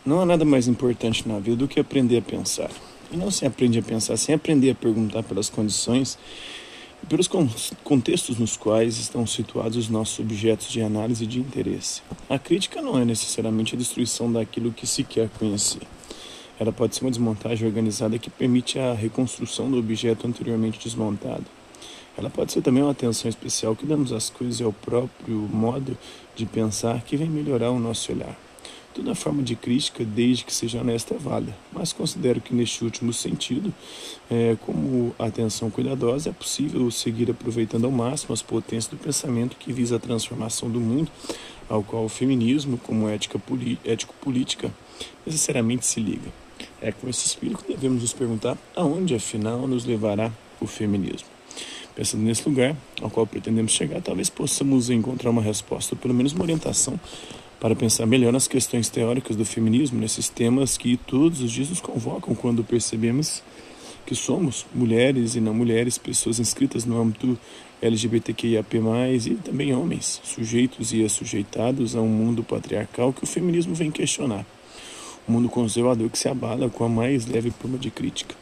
Não há nada mais importante na vida do que aprender a pensar. E não se aprende a pensar sem aprender a perguntar pelas condições e pelos contextos nos quais estão situados os nossos objetos de análise e de interesse. A crítica não é necessariamente a destruição daquilo que se quer conhecer. Ela pode ser uma desmontagem organizada que permite a reconstrução do objeto anteriormente desmontado. Ela pode ser também uma atenção especial que damos às coisas e ao próprio modo de pensar que vem melhorar o nosso olhar. Toda forma de crítica, desde que seja honesta, é válida, mas considero que neste último sentido, como atenção cuidadosa, é possível seguir aproveitando ao máximo as potências do pensamento que visa a transformação do mundo, ao qual o feminismo, como ético-política, necessariamente se liga. É com esse espírito que devemos nos perguntar aonde, afinal, nos levará o feminismo. Pensando nesse lugar ao qual pretendemos chegar, talvez possamos encontrar uma resposta, ou pelo menos uma orientação, para pensar melhor nas questões teóricas do feminismo, nesses temas que todos os dias nos convocam quando percebemos que somos mulheres e não mulheres, pessoas inscritas no âmbito LGBTQIAP+, e também homens, sujeitos e assujeitados a um mundo patriarcal que o feminismo vem questionar. Um mundo conservador que se abala com a mais leve forma de crítica.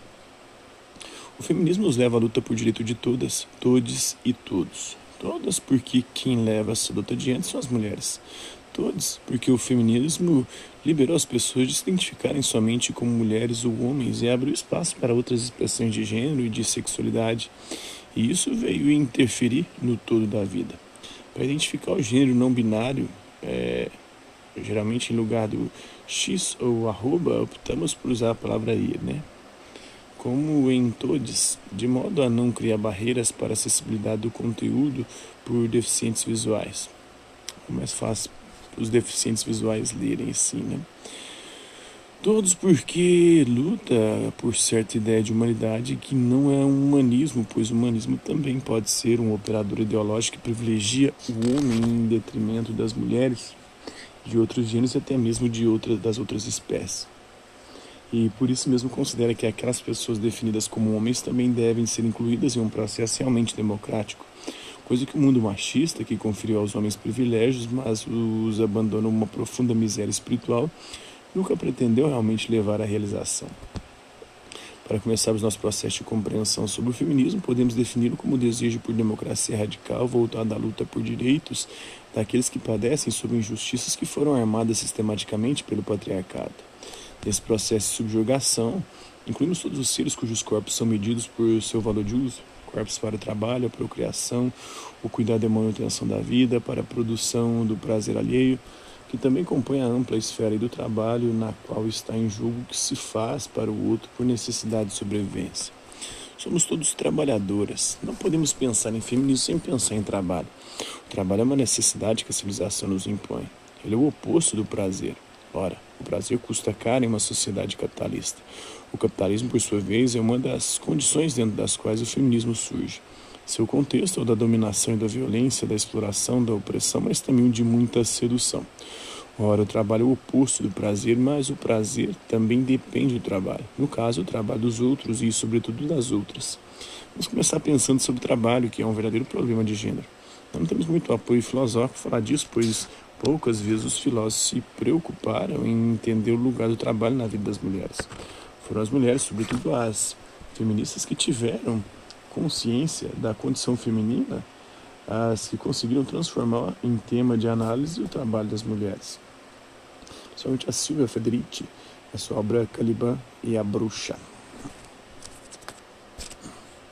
O feminismo nos leva à luta por direito de todas, todes e todos. Todas porque quem leva essa luta adiante são as mulheres. Todos, porque o feminismo liberou as pessoas de se identificarem somente como mulheres ou homens e abriu espaço para outras expressões de gênero e de sexualidade. E isso veio interferir no todo da vida. Para identificar o gênero não binário, geralmente em lugar do X ou arroba, optamos por usar a palavra I, né? Como em todos, de modo a não criar barreiras para a acessibilidade do conteúdo por deficientes visuais. É mais fácil para os deficientes visuais lerem assim, né? Todos porque luta por certa ideia de humanidade que não é um humanismo, pois o humanismo também pode ser um operador ideológico que privilegia o homem em detrimento das mulheres, de outros gêneros e até mesmo das outras espécies. E por isso mesmo considera que aquelas pessoas definidas como homens também devem ser incluídas em um processo realmente democrático, coisa que o mundo machista, que conferiu aos homens privilégios, mas os abandonou uma profunda miséria espiritual, nunca pretendeu realmente levar à realização. Para começarmos nosso processo de compreensão sobre o feminismo, podemos defini-lo como o desejo por democracia radical voltado à luta por direitos daqueles que padecem sob injustiças que foram armadas sistematicamente pelo patriarcado. Nesse processo de subjugação, incluímos todos os seres cujos corpos são medidos por seu valor de uso, corpos para o trabalho, a procriação, o cuidado e a manutenção da vida, para a produção do prazer alheio, que também compõe a ampla esfera do trabalho na qual está em jogo o que se faz para o outro por necessidade de sobrevivência. Somos todos trabalhadoras. Não podemos pensar em feminismo sem pensar em trabalho. O trabalho é uma necessidade que a civilização nos impõe. Ele é o oposto do prazer. Ora, o prazer custa caro em uma sociedade capitalista. O capitalismo, por sua vez, é uma das condições dentro das quais o feminismo surge. Seu contexto é o da dominação e da violência, da exploração, da opressão, mas também o de muita sedução. Ora, o trabalho é o oposto do prazer, mas o prazer também depende do trabalho. No caso, o trabalho dos outros e, sobretudo, das outras. Vamos começar pensando sobre o trabalho, que é um verdadeiro problema de gênero. Não temos muito apoio filosófico para falar disso, pois poucas vezes os filósofos se preocuparam em entender o lugar do trabalho na vida das mulheres. Foram as mulheres, sobretudo as feministas, que tiveram consciência da condição feminina, as que conseguiram transformar em tema de análise o trabalho das mulheres. Principalmente a Silvia Federici, a sua obra Caliban e a Bruxa.